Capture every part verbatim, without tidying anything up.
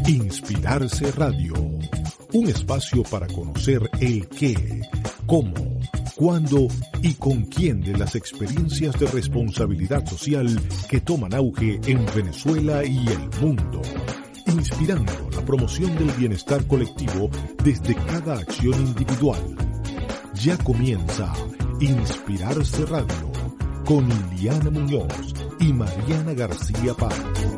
Inspirarse Radio, un espacio para conocer el qué, cómo, cuándo y con quién de las experiencias de responsabilidad social que toman auge en Venezuela y el mundo, inspirando la promoción del bienestar colectivo desde cada acción individual. Ya comienza Inspirarse Radio con Iliana Muñoz y Mariana García Paz.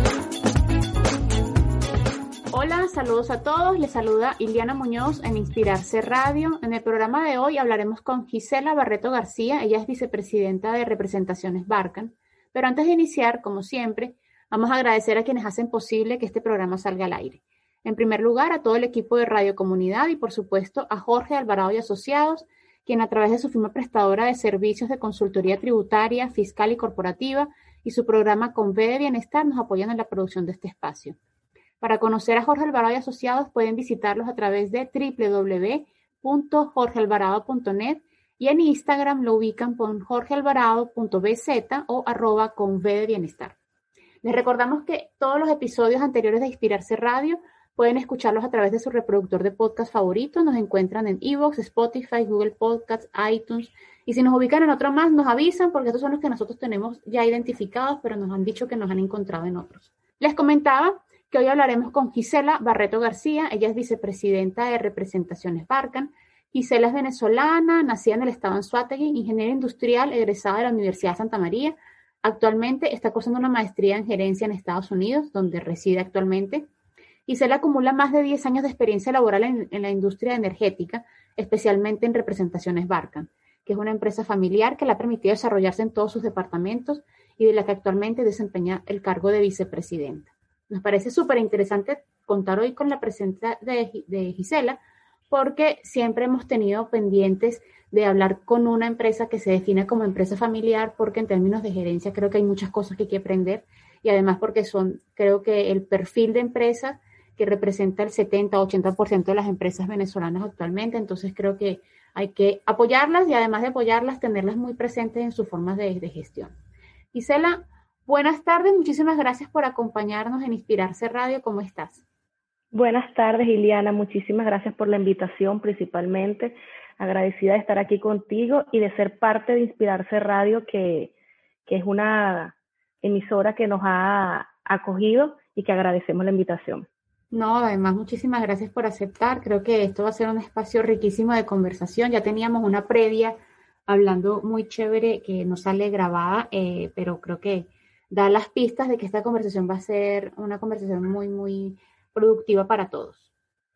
Hola, saludos a todos. Les saluda Iliana Muñoz en Inspirarse Radio. En el programa de hoy hablaremos con Gisela Barreto García. Ella es vicepresidenta de Representaciones Barkan. Pero antes de iniciar, como siempre, vamos a agradecer a quienes hacen posible que este programa salga al aire. En primer lugar, a todo el equipo de Radio Comunidad y, por supuesto, a Jorge Alvarado y Asociados, quien a través de su firma prestadora de servicios de consultoría tributaria, fiscal y corporativa y su programa Conve de Bienestar nos apoyan en la producción de este espacio. Para conocer a Jorge Alvarado y Asociados pueden visitarlos a través de doble u doble u doble u punto jorge alvarado punto net y en Instagram lo ubican con jorge alvarado punto b z o arroba conve de bienestar. Les recordamos que todos los episodios anteriores de Inspirarse Radio pueden escucharlos a través de su reproductor de podcast favorito. Nos encuentran en iVoox, Spotify, Google Podcasts, iTunes. Y si nos ubican en otro más, nos avisan porque estos son los que nosotros tenemos ya identificados, pero nos han dicho que nos han encontrado en otros. Les comentaba que hoy hablaremos con Gisela Barreto García. Ella es vicepresidenta de Representaciones Barkan. Gisela es venezolana, nacida en el estado de Anzoátegui, ingeniera industrial, egresada de la Universidad de Santa María. Actualmente está cursando una maestría en gerencia en Estados Unidos, donde reside actualmente. Gisela acumula más de diez años de experiencia laboral en, en la industria energética, especialmente en Representaciones Barkan, que es una empresa familiar que le ha permitido desarrollarse en todos sus departamentos y de la que actualmente desempeña el cargo de vicepresidenta. Nos parece súper interesante contar hoy con la presencia de, de Gisela, porque siempre hemos tenido pendientes de hablar con una empresa que se define como empresa familiar, porque en términos de gerencia creo que hay muchas cosas que hay que aprender y además porque son, creo que el perfil de empresas que representa el setenta o ochenta por ciento de las empresas venezolanas actualmente, entonces creo que hay que apoyarlas y además de apoyarlas, tenerlas muy presentes en sus formas de, de gestión. Gisela, buenas tardes, muchísimas gracias por acompañarnos en Inspirarse Radio. ¿Cómo estás? Buenas tardes, Iliana. Muchísimas gracias por la invitación, principalmente. Agradecida de estar aquí contigo y de ser parte de Inspirarse Radio, que, que es una emisora que nos ha acogido y que agradecemos la invitación. No, además, muchísimas gracias por aceptar. Creo que esto va a ser un espacio riquísimo de conversación. Ya teníamos una previa hablando muy chévere que no sale grabada, eh, pero creo que da las pistas de que esta conversación va a ser una conversación muy, muy productiva para todos.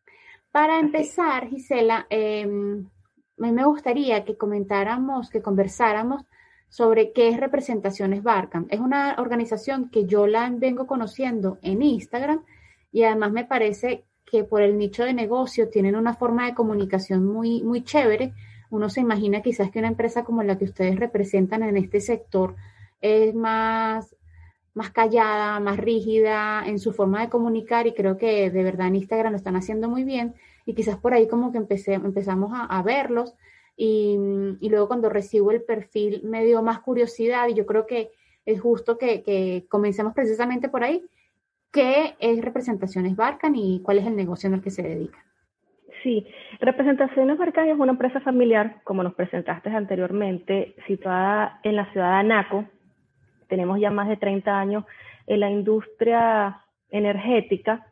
Para empezar, Gisela, eh, me gustaría que comentáramos, que conversáramos sobre qué es Representaciones Barkan. Es una organización que yo la vengo conociendo en Instagram y además me parece que por el nicho de negocio tienen una forma de comunicación muy, muy chévere. Uno se imagina quizás que una empresa como la que ustedes representan en este sector es más más callada, más rígida en su forma de comunicar y creo que de verdad en Instagram lo están haciendo muy bien y quizás por ahí como que empecé, empezamos a, a verlos y, y luego cuando recibo el perfil me dio más curiosidad y yo creo que es justo que, que comencemos precisamente por ahí. ¿Qué es Representaciones Barkan y cuál es el negocio en el que se dedica? Sí, Representaciones Barkan es una empresa familiar, como nos presentaste anteriormente, situada en la ciudad de Anaco. Tenemos ya más de treinta años en la industria energética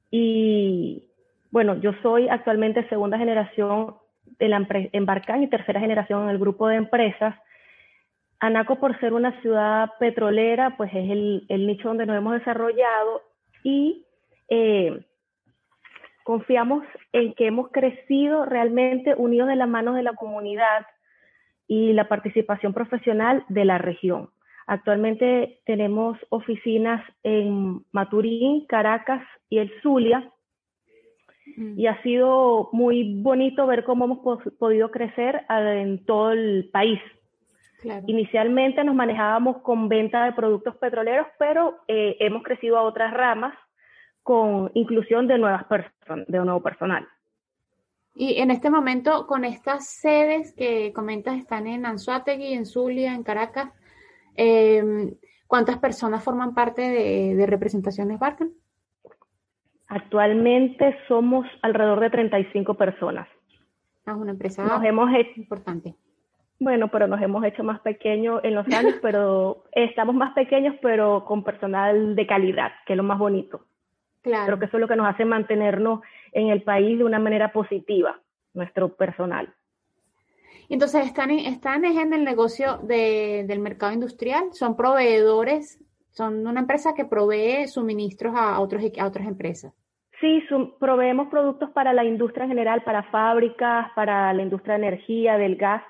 y, bueno, yo soy actualmente segunda generación en, la, en Barkan y tercera generación en el grupo de empresas. Anaco, por ser una ciudad petrolera, pues es el, el nicho donde nos hemos desarrollado y eh, confiamos en que hemos crecido realmente unidos de la mano de la comunidad y la participación profesional de la región. Actualmente tenemos oficinas en Maturín, Caracas y el Zulia, mm. y ha sido muy bonito ver cómo hemos podido crecer en todo el país. Claro. Inicialmente nos manejábamos con venta de productos petroleros, pero eh, hemos crecido a otras ramas con inclusión de nuevas personas, de un nuevo personal. Y en este momento, con estas sedes que comentas, están en Anzoátegui, en Zulia, en Caracas, eh, ¿cuántas personas forman parte de, de Representaciones Barkan? Actualmente somos alrededor de treinta y cinco personas. Es una empresa nos hemos hecho, importante. Bueno, pero nos hemos hecho más pequeños en los años, pero estamos más pequeños, pero con personal de calidad, que es lo más bonito. Claro. Creo que eso es lo que nos hace mantenernos en el país de una manera positiva, nuestro personal. Entonces, ¿están, están en el negocio de, del mercado industrial? ¿Son proveedores? ¿Son una empresa que provee suministros a, otros, a otras empresas? Sí, su, proveemos productos para la industria en general, para fábricas, para la industria de energía, del gas,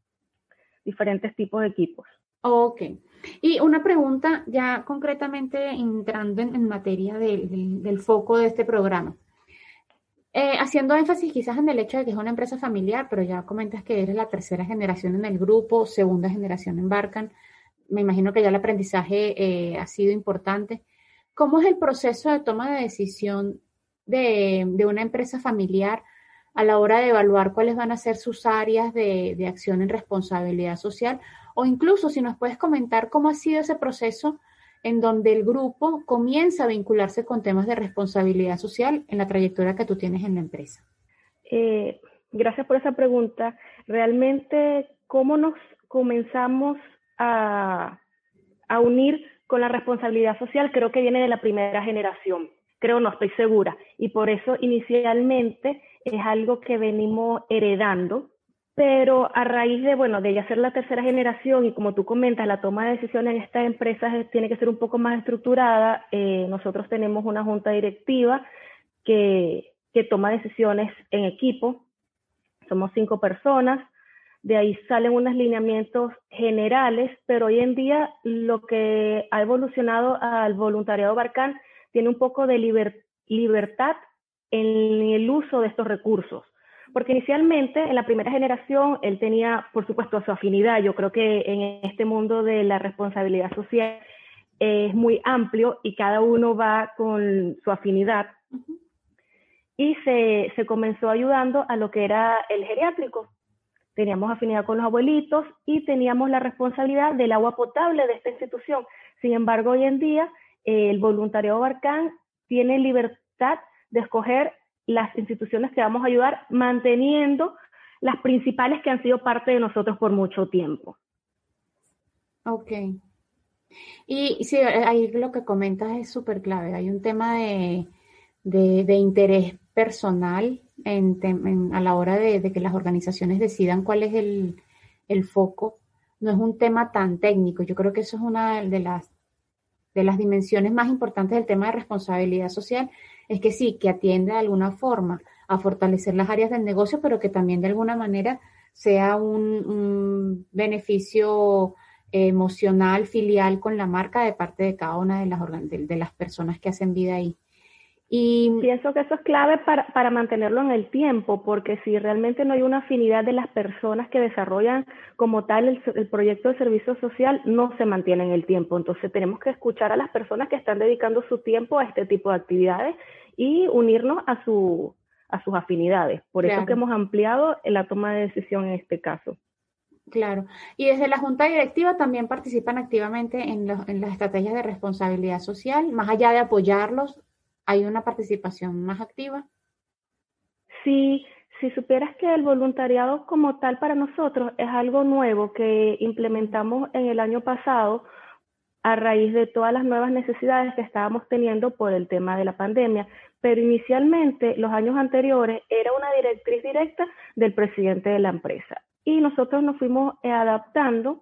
diferentes tipos de equipos. Ok. Y una pregunta ya concretamente entrando en, en materia del, del, del foco de este programa. Eh, haciendo énfasis quizás en el hecho de que es una empresa familiar, pero ya comentas que eres la tercera generación en el grupo, segunda generación en Barcan. Me imagino que ya el aprendizaje eh, ha sido importante. ¿Cómo es el proceso de toma de decisión de, de una empresa familiar a la hora de evaluar cuáles van a ser sus áreas de, de acción en responsabilidad social? O incluso si nos puedes comentar cómo ha sido ese proceso en donde el grupo comienza a vincularse con temas de responsabilidad social en la trayectoria que tú tienes en la empresa. Eh, gracias por esa pregunta. Realmente, ¿cómo nos comenzamos a, a unir con la responsabilidad social? Creo que viene de la primera generación. Creo, no estoy segura. Y por eso inicialmente es algo que venimos heredando. Pero a raíz de, bueno, de ya ser la tercera generación y como tú comentas, la toma de decisiones en estas empresas tiene que ser un poco más estructurada. Eh, nosotros tenemos una junta directiva que, que toma decisiones en equipo. Somos cinco personas. De ahí salen unos lineamientos generales, pero hoy en día lo que ha evolucionado al voluntariado Barcan tiene un poco de liber, libertad en el uso de estos recursos. Porque inicialmente, en la primera generación, él tenía, por supuesto, su afinidad. Yo creo que en este mundo de la responsabilidad social eh, es muy amplio y cada uno va con su afinidad. Uh-huh. Y se, se comenzó ayudando a lo que era el geriátrico. Teníamos afinidad con los abuelitos y teníamos la responsabilidad del agua potable de esta institución. Sin embargo, hoy en día, eh, el voluntariado Barcan tiene libertad de escoger las instituciones que vamos a ayudar, manteniendo las principales que han sido parte de nosotros por mucho tiempo. Ok. Y sí, ahí lo que comentas es súper clave. Hay un tema de, de, de interés personal en, en, a la hora de, de que las organizaciones decidan cuál es el, el foco. No es un tema tan técnico. Yo creo que eso es una de las, de las dimensiones más importantes del tema de responsabilidad social. Es que sí, que atiende de alguna forma a fortalecer las áreas del negocio, pero que también de alguna manera sea un, un beneficio eh, emocional, filial con la marca de parte de cada una de las, de, de las personas que hacen vida ahí. Y pienso que eso es clave para, para mantenerlo en el tiempo, porque si realmente no hay una afinidad de las personas que desarrollan como tal el, el proyecto de servicio social, no se mantiene en el tiempo. Entonces tenemos que escuchar a las personas que están dedicando su tiempo a este tipo de actividades y unirnos a, su, a sus afinidades. Por claro. Eso que hemos ampliado la toma de decisión en este caso. Claro. Y desde la Junta Directiva también participan activamente en, los, en las estrategias de responsabilidad social, más allá de apoyarlos. ¿Hay una participación más activa? Sí, si supieras que el voluntariado como tal para nosotros es algo nuevo que implementamos en el año pasado a raíz de todas las nuevas necesidades que estábamos teniendo por el tema de la pandemia. Pero inicialmente, los años anteriores, era una directriz directa del presidente de la empresa. Y nosotros nos fuimos adaptando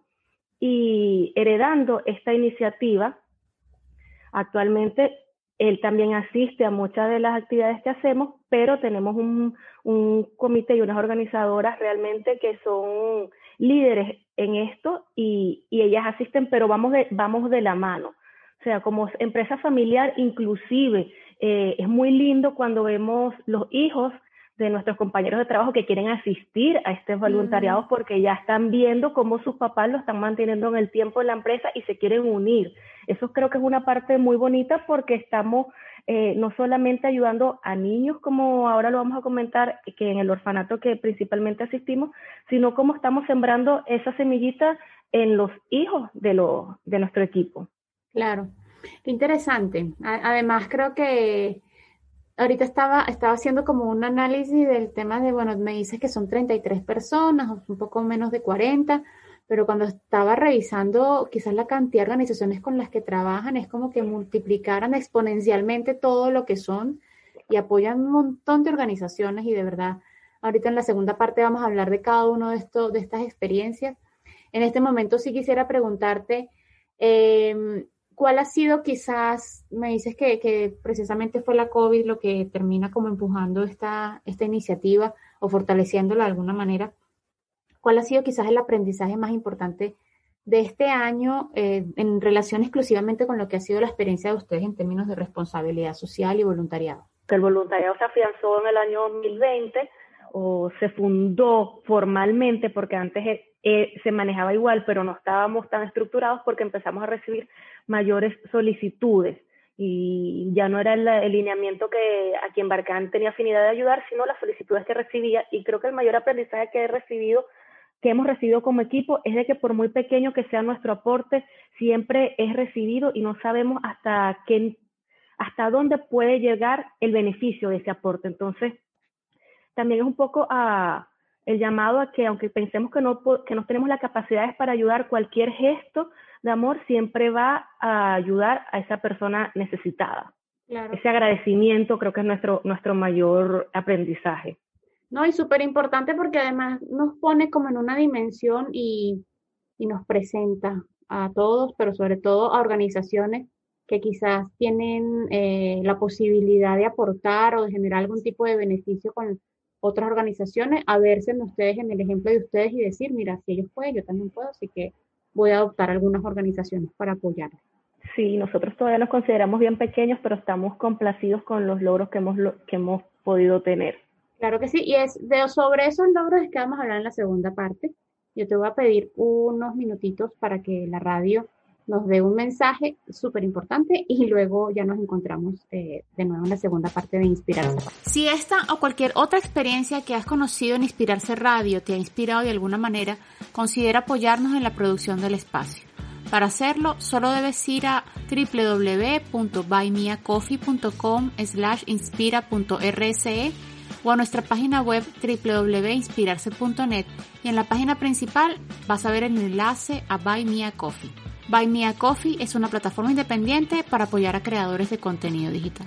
y heredando esta iniciativa. Actualmente, él también asiste a muchas de las actividades que hacemos, pero tenemos un, un comité y unas organizadoras realmente que son líderes en esto y, y ellas asisten, pero vamos de, vamos de la mano. O sea, como empresa familiar inclusive, eh, es muy lindo cuando vemos los hijos de nuestros compañeros de trabajo que quieren asistir a estos voluntariados porque ya están viendo cómo sus papás lo están manteniendo en el tiempo en la empresa y se quieren unir. Eso creo que es una parte muy bonita porque estamos eh, no solamente ayudando a niños, como ahora lo vamos a comentar, que en el orfanato que principalmente asistimos, sino cómo estamos sembrando esa semillita en los hijos de, lo, de nuestro equipo. Claro, qué interesante. Además creo que ahorita estaba, estaba haciendo como un análisis del tema de, bueno, me dices que son treinta y tres personas, un poco menos de cuarenta, pero cuando estaba revisando quizás la cantidad de organizaciones con las que trabajan, es como que multiplicaran exponencialmente todo lo que son y apoyan un montón de organizaciones y de verdad, ahorita en la segunda parte vamos a hablar de cada uno de estos, de estas experiencias. En este momento sí quisiera preguntarte, eh, ¿cuál ha sido quizás, me dices que, que precisamente fue la COVID lo que termina como empujando esta, esta iniciativa o fortaleciéndola de alguna manera? ¿Cuál ha sido quizás el aprendizaje más importante de este año eh, en relación exclusivamente con lo que ha sido la experiencia de ustedes en términos de responsabilidad social y voluntariado? Que el voluntariado se afianzó en el año dos mil veinte o se fundó formalmente, porque antes eh, se manejaba igual, pero no estábamos tan estructurados porque empezamos a recibir mayores solicitudes y ya no era el, el lineamiento que a quien Barcán tenía afinidad de ayudar, sino las solicitudes que recibía. Y creo que el mayor aprendizaje que he recibido, que hemos recibido como equipo, es de que por muy pequeño que sea nuestro aporte, siempre es recibido y no sabemos hasta qué, hasta dónde puede llegar el beneficio de ese aporte. Entonces, también es un poco a, el llamado a que, aunque pensemos que no, que no tenemos las capacidades para ayudar, cualquier gesto de amor siempre va a ayudar a esa persona necesitada. Claro. Ese agradecimiento creo que es nuestro, nuestro mayor aprendizaje. No, y súper importante porque además nos pone como en una dimensión y, y nos presenta a todos, pero sobre todo a organizaciones que quizás tienen eh, la posibilidad de aportar o de generar algún tipo de beneficio con otras organizaciones, a verse en ustedes, en el ejemplo de ustedes y decir, mira, si ellos pueden, yo también puedo, así que voy a adoptar algunas organizaciones para apoyarlos. Sí, nosotros todavía nos consideramos bien pequeños, pero estamos complacidos con los logros que hemos, que hemos podido tener. Claro que sí, y es de, sobre esos logros es que vamos a hablar en la segunda parte. Yo te voy a pedir unos minutitos para que la radio nos dé un mensaje súper importante y luego ya nos encontramos eh, de nuevo en la segunda parte de Inspirarse. Si esta o cualquier otra experiencia que has conocido en Inspirarse Radio te ha inspirado de alguna manera, considera apoyarnos en la producción del espacio. Para hacerlo, solo debes ir a w w w punto buymeacoffee punto com slash inspira punto r s e o a nuestra página web w w w punto inspirarse punto net y en la página principal vas a ver el enlace a Buy Me a Coffee. Buy Me a Coffee es una plataforma independiente para apoyar a creadores de contenido digital.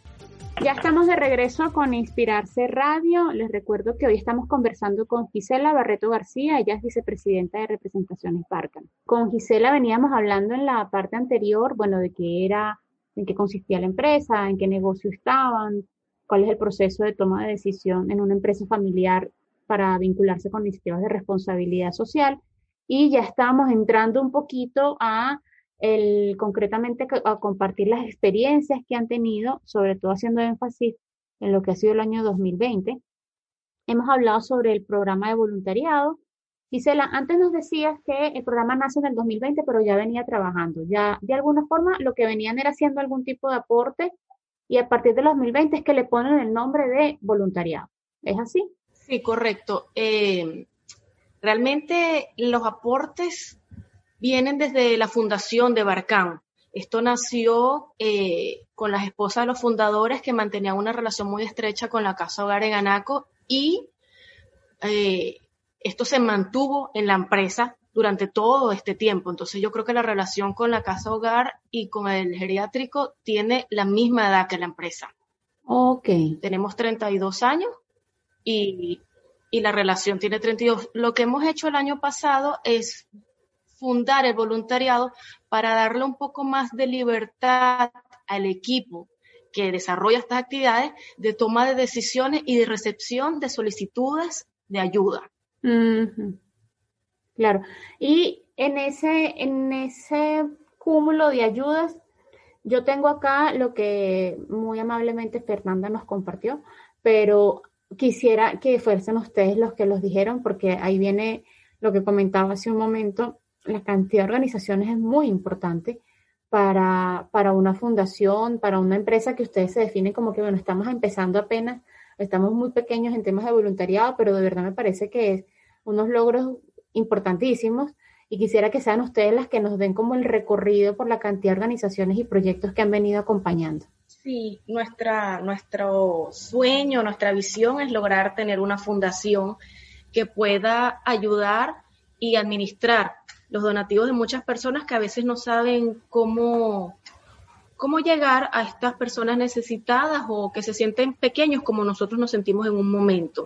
Ya estamos de regreso con Inspirarse Radio. Les recuerdo que hoy estamos conversando con Gisela Barreto García, ella es vicepresidenta de Representaciones Barcán. Con Gisela veníamos hablando en la parte anterior, bueno, de qué era, en qué consistía la empresa, en qué negocio estaban, cuál es el proceso de toma de decisión en una empresa familiar para vincularse con iniciativas de responsabilidad social. Y ya estamos entrando un poquito a el, concretamente a compartir las experiencias que han tenido, sobre todo haciendo énfasis en lo que ha sido el año dos mil veinte. Hemos hablado sobre el programa de voluntariado. Gisela, antes nos decías que el programa nace en el dos mil veinte, pero ya venía trabajando. Ya de alguna forma lo que venían era haciendo algún tipo de aporte y a partir del dos mil veinte es que le ponen el nombre de voluntariado. ¿Es así? Sí, correcto. Eh... Realmente los aportes vienen desde la fundación de Barcán. Esto nació eh, con las esposas de los fundadores que mantenían una relación muy estrecha con la Casa Hogar en Anaco y eh, esto se mantuvo en la empresa durante todo este tiempo. Entonces yo creo que la relación con la Casa Hogar y con el geriátrico tiene la misma edad que la empresa. Ok. Tenemos treinta y dos años y... y la relación tiene treinta y dos. Lo que hemos hecho el año pasado es fundar el voluntariado para darle un poco más de libertad al equipo que desarrolla estas actividades de toma de decisiones y de recepción de solicitudes de ayuda. Uh-huh. Claro. Y en ese, en ese cúmulo de ayudas, yo tengo acá lo que muy amablemente Fernanda nos compartió, pero quisiera que fuesen ustedes los que los dijeron, porque ahí viene lo que comentaba hace un momento, la cantidad de organizaciones es muy importante para, para una fundación, para una empresa que ustedes se definen como que, bueno, estamos empezando apenas, estamos muy pequeños en temas de voluntariado, pero de verdad me parece que es unos logros importantísimos y quisiera que sean ustedes las que nos den como el recorrido por la cantidad de organizaciones y proyectos que han venido acompañando. Sí, nuestra, nuestro sueño, nuestra visión es lograr tener una fundación que pueda ayudar y administrar los donativos de muchas personas que a veces no saben cómo, cómo llegar a estas personas necesitadas o que se sienten pequeños como nosotros nos sentimos en un momento.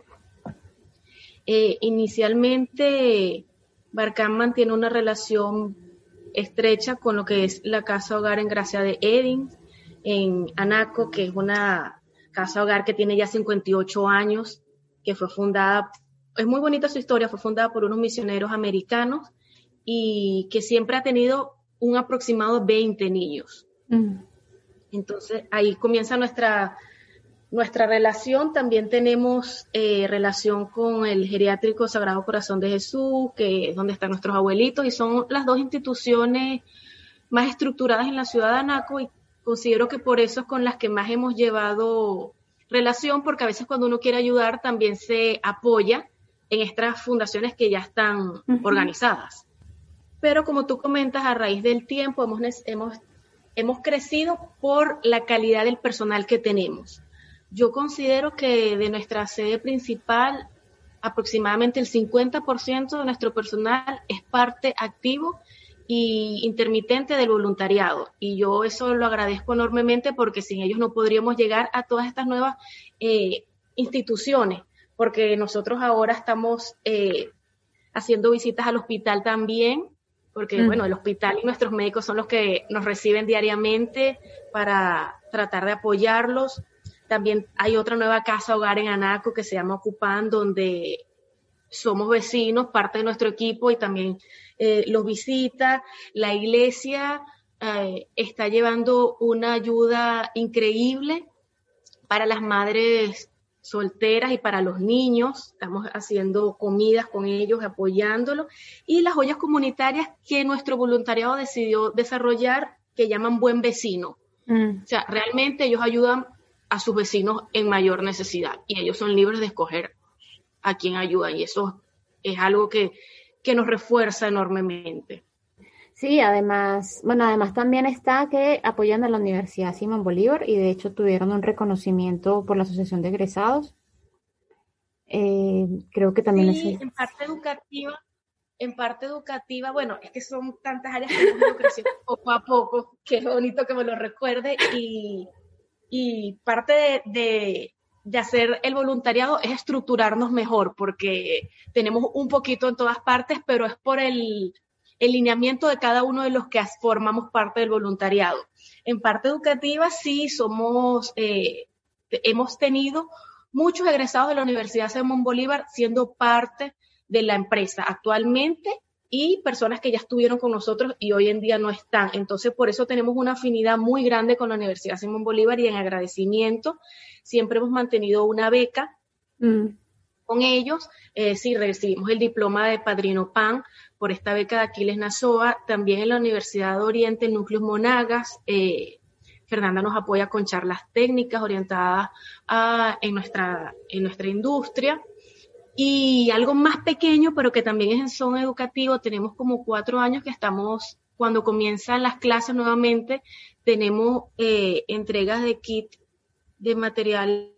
Eh, inicialmente, Barcán mantiene una relación estrecha con lo que es la Casa Hogar en Gracia de Eding, en Anaco, que es una casa hogar que tiene ya cincuenta y ocho años, que fue fundada, es muy bonita su historia, fue fundada por unos misioneros americanos y que siempre ha tenido un aproximado de veinte niños. Mm. Entonces, ahí comienza nuestra, nuestra relación. También tenemos eh, relación con el Geriátrico Sagrado Corazón de Jesús, que es donde están nuestros abuelitos, y son las dos instituciones más estructuradas en la ciudad de Anaco, y considero que por eso es con las que más hemos llevado relación, porque a veces cuando uno quiere ayudar también se apoya en estas fundaciones que ya están uh-huh. organizadas. Pero como tú comentas, a raíz del tiempo hemos, hemos, hemos crecido por la calidad del personal que tenemos. Yo considero que de nuestra sede principal, aproximadamente el cincuenta por ciento de nuestro personal es parte activo y intermitente del voluntariado, y yo eso lo agradezco enormemente porque sin ellos no podríamos llegar a todas estas nuevas eh, instituciones, porque nosotros ahora estamos eh, haciendo visitas al hospital también, porque mm. bueno, el hospital y nuestros médicos son los que nos reciben diariamente para tratar de apoyarlos. También hay otra nueva casa hogar en Anaco que se llama Ocupan, donde somos vecinos, parte de nuestro equipo, y también eh, los visita. La iglesia eh, está llevando una ayuda increíble para las madres solteras y para los niños. Estamos haciendo comidas con ellos, apoyándolos. Y las ollas comunitarias que nuestro voluntariado decidió desarrollar, que llaman Buen Vecino. Mm. O sea, realmente ellos ayudan a sus vecinos en mayor necesidad y ellos son libres de escoger a quién ayudan, y eso es algo que, que nos refuerza enormemente. Sí, además, bueno, además también está que apoyan a la Universidad Simón Bolívar, y de hecho tuvieron un reconocimiento por la Asociación de Egresados. Eh, creo que también sí, es... en parte educativa, en parte educativa, bueno, es que son tantas áreas que hemos ido creciendo poco a poco, que es bonito que me lo recuerde, y, y parte de, de de hacer el voluntariado es estructurarnos mejor, porque tenemos un poquito en todas partes, pero es por el, el lineamiento de cada uno de los que formamos parte del voluntariado. En parte educativa sí somos, eh, hemos tenido muchos egresados de la Universidad Simón Bolívar siendo parte de la empresa actualmente, y personas que ya estuvieron con nosotros y hoy en día no están. Entonces, por eso tenemos una afinidad muy grande con la Universidad Simón Bolívar, y en agradecimiento siempre hemos mantenido una beca mm. con ellos. Eh, sí, recibimos el diploma de Padrino P A N por esta beca de Aquiles Nazoa. También en la Universidad de Oriente, en Núcleos Monagas, eh, Fernanda nos apoya con charlas técnicas orientadas a, en, nuestra, en nuestra industria. Y algo más pequeño, pero que también es en son educativo, tenemos como cuatro años que estamos, cuando comienzan las clases nuevamente, tenemos eh, entregas de kit de material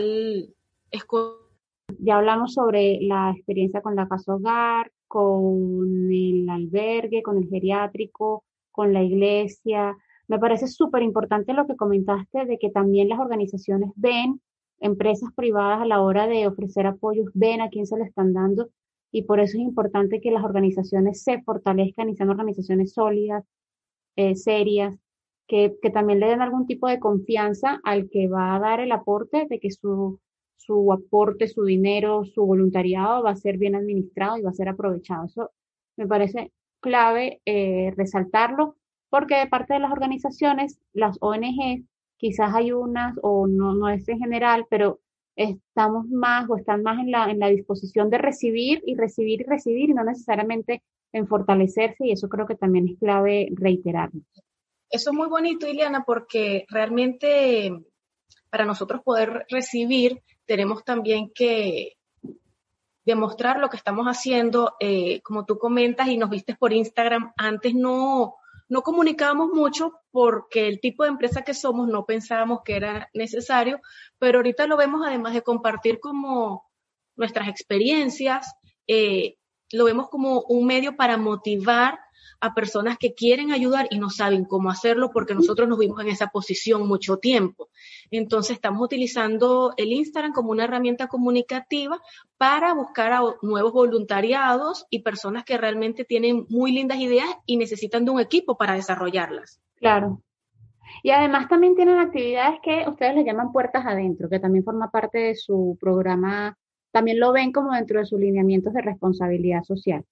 escolar. Ya hablamos sobre la experiencia con la casa hogar, con el albergue, con el geriátrico, con la iglesia. Me parece súper importante lo que comentaste de que también las organizaciones ven, empresas privadas a la hora de ofrecer apoyos, ven a quién se le están dando, y por eso es importante que las organizaciones se fortalezcan y sean organizaciones sólidas, eh, serias, que, que también le den algún tipo de confianza al que va a dar el aporte, de que su, su aporte, su dinero, su voluntariado va a ser bien administrado y va a ser aprovechado. Eso me parece clave eh, resaltarlo, porque de parte de las organizaciones, las O N Ges, quizás hay unas, o no, no es en general, pero estamos más o están más en la, en la disposición de recibir y recibir y recibir, y no necesariamente en fortalecerse, y eso creo que también es clave reiterarlo. Eso es muy bonito, Ileana, porque realmente para nosotros poder recibir tenemos también que demostrar lo que estamos haciendo, eh, como tú comentas y nos vistes por Instagram. Antes no... no comunicábamos mucho porque el tipo de empresa que somos no pensábamos que era necesario, pero ahorita lo vemos además de compartir como nuestras experiencias, eh, lo vemos como un medio para motivar a personas que quieren ayudar y no saben cómo hacerlo porque nosotros nos vimos en esa posición mucho tiempo. Entonces estamos utilizando el Instagram como una herramienta comunicativa para buscar a nuevos voluntariados y personas que realmente tienen muy lindas ideas y necesitan de un equipo para desarrollarlas. Claro. Y además también tienen actividades que ustedes les llaman puertas adentro, que también forma parte de su programa, también lo ven como dentro de sus lineamientos de responsabilidad social.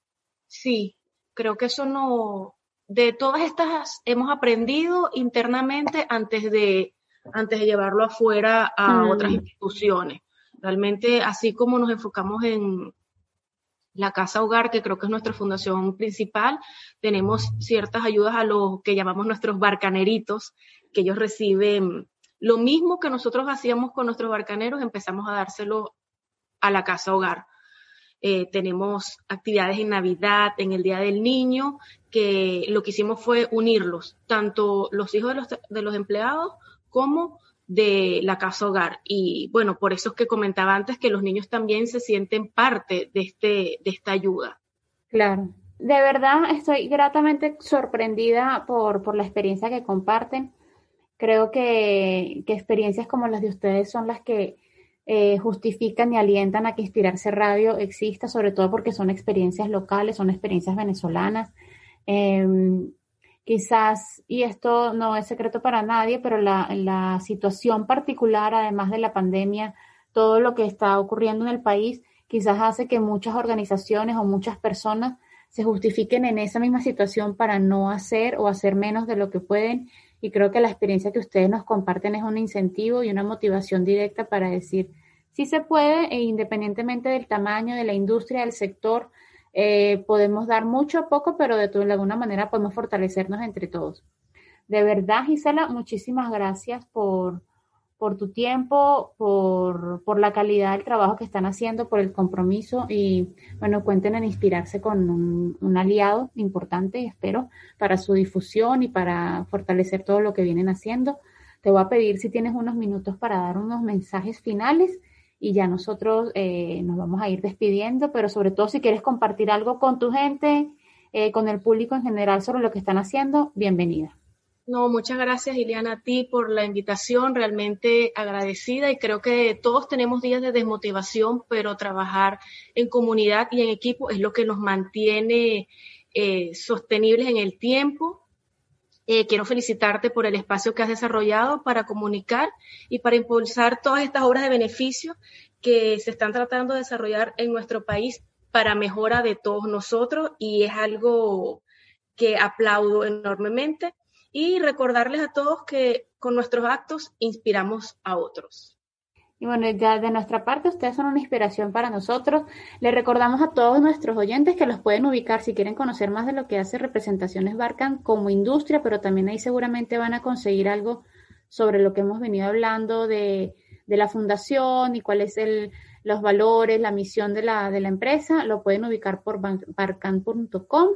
Sí. Creo que eso no, de todas estas hemos aprendido internamente antes de, antes de llevarlo afuera a mm. otras instituciones. Realmente, así como nos enfocamos en la Casa Hogar, que creo que es nuestra fundación principal, tenemos ciertas ayudas a los que llamamos nuestros barcaneritos, que ellos reciben lo mismo que nosotros hacíamos con nuestros barcaneros, empezamos a dárselo a la Casa Hogar. Eh, tenemos actividades en Navidad, en el Día del Niño, que lo que hicimos fue unirlos, tanto los hijos de los, de los empleados como de la Casa Hogar. Y bueno, por eso es que comentaba antes que los niños también se sienten parte de, este, de esta ayuda. Claro. De verdad estoy gratamente sorprendida por, por la experiencia que comparten. Creo que, que experiencias como las de ustedes son las que Eh, justifican y alientan a que Inspirarse Radio exista, sobre todo porque son experiencias locales, son experiencias venezolanas. Eh, quizás, y esto no es secreto para nadie, pero la, la situación particular, además de la pandemia, todo lo que está ocurriendo en el país, quizás hace que muchas organizaciones o muchas personas se justifiquen en esa misma situación para no hacer o hacer menos de lo que pueden. Y creo que la experiencia que ustedes nos comparten es un incentivo y una motivación directa para decir, sí se puede, e independientemente del tamaño de la industria, del sector, eh, podemos dar mucho a poco, pero de, de alguna manera podemos fortalecernos entre todos. De verdad, Gisela, muchísimas gracias por, por tu tiempo, por, por la calidad del trabajo que están haciendo, por el compromiso y, bueno, cuenten en Inspirarse con un, un aliado importante, espero, para su difusión y para fortalecer todo lo que vienen haciendo. Te voy a pedir si tienes unos minutos para dar unos mensajes finales y ya nosotros eh, nos vamos a ir despidiendo, pero sobre todo si quieres compartir algo con tu gente, eh, con el público en general sobre lo que están haciendo, bienvenida. No, muchas gracias, Ileana, a ti por la invitación, realmente agradecida, y creo que todos tenemos días de desmotivación, pero trabajar en comunidad y en equipo es lo que nos mantiene eh, sostenibles en el tiempo. Eh, quiero felicitarte por el espacio que has desarrollado para comunicar y para impulsar todas estas obras de beneficio que se están tratando de desarrollar en nuestro país para mejora de todos nosotros, y es algo que aplaudo enormemente. Y recordarles a todos que con nuestros actos inspiramos a otros. Y bueno, ya de nuestra parte, ustedes son una inspiración para nosotros. Les recordamos a todos nuestros oyentes que los pueden ubicar si quieren conocer más de lo que hace Representaciones Barcan como industria, pero también ahí seguramente van a conseguir algo sobre lo que hemos venido hablando de, de la fundación y cuáles son los valores, la misión de la, de la empresa. Lo pueden ubicar por barcan punto com.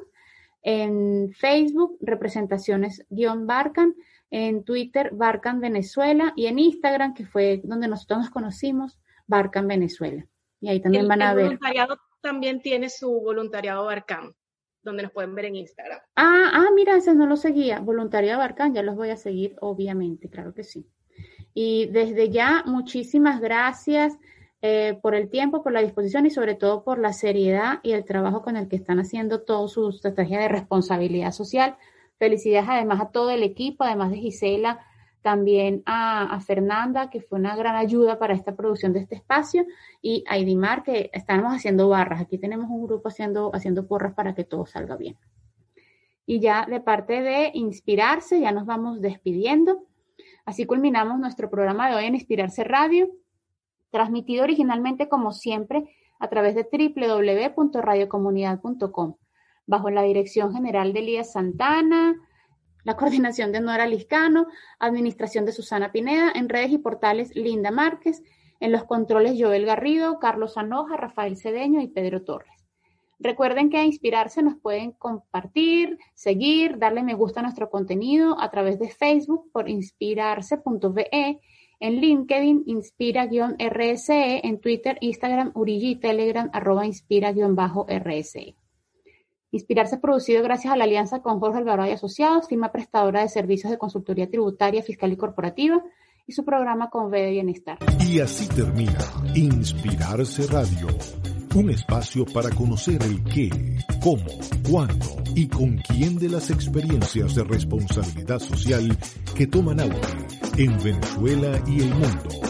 En Facebook, Representaciones-Barcan, en Twitter, Barcan Venezuela, y en Instagram, que fue donde nosotros nos conocimos, Barcan Venezuela. Y ahí también el, van a el ver. El voluntariado también tiene su voluntariado Barcan, donde nos pueden ver en Instagram. Ah, ah, mira, ese no lo seguía. Voluntariado Barcan, ya los voy a seguir, obviamente, claro que sí. Y desde ya, muchísimas gracias. Eh, por el tiempo, por la disposición y sobre todo por la seriedad y el trabajo con el que están haciendo toda su estrategia de responsabilidad social. Felicidades además a todo el equipo, además de Gisela, también a, a Fernanda, que fue una gran ayuda para esta producción de este espacio, y a Idimar, que estamos haciendo barras. Aquí tenemos un grupo haciendo, haciendo porras para que todo salga bien. Y ya de parte de Inspirarse, ya nos vamos despidiendo. Así culminamos nuestro programa de hoy en Inspirarse Radio, transmitido originalmente, como siempre, a través de doble u doble u doble u punto radio comunidad punto com, bajo la dirección general de Elías Santana, la coordinación de Nora Liscano, administración de Susana Pineda, en redes y portales Linda Márquez, en los controles Joel Garrido, Carlos Anoja, Rafael Cedeño y Pedro Torres. Recuerden que a Inspirarse nos pueden compartir, seguir, darle me gusta a nuestro contenido a través de Facebook por inspirarse punto be, en LinkedIn, inspira-R S E, en Twitter, Instagram, Urigi y Telegram, arroba inspira-R S E. Inspirarse es producido gracias a la alianza con Jorge Alvarado y Asociados, firma prestadora de servicios de consultoría tributaria, fiscal y corporativa, y su programa con B de Bienestar. Y así termina Inspirarse Radio, un espacio para conocer el qué, cómo, cuándo y con quién de las experiencias de responsabilidad social que toman auge en Venezuela y el mundo.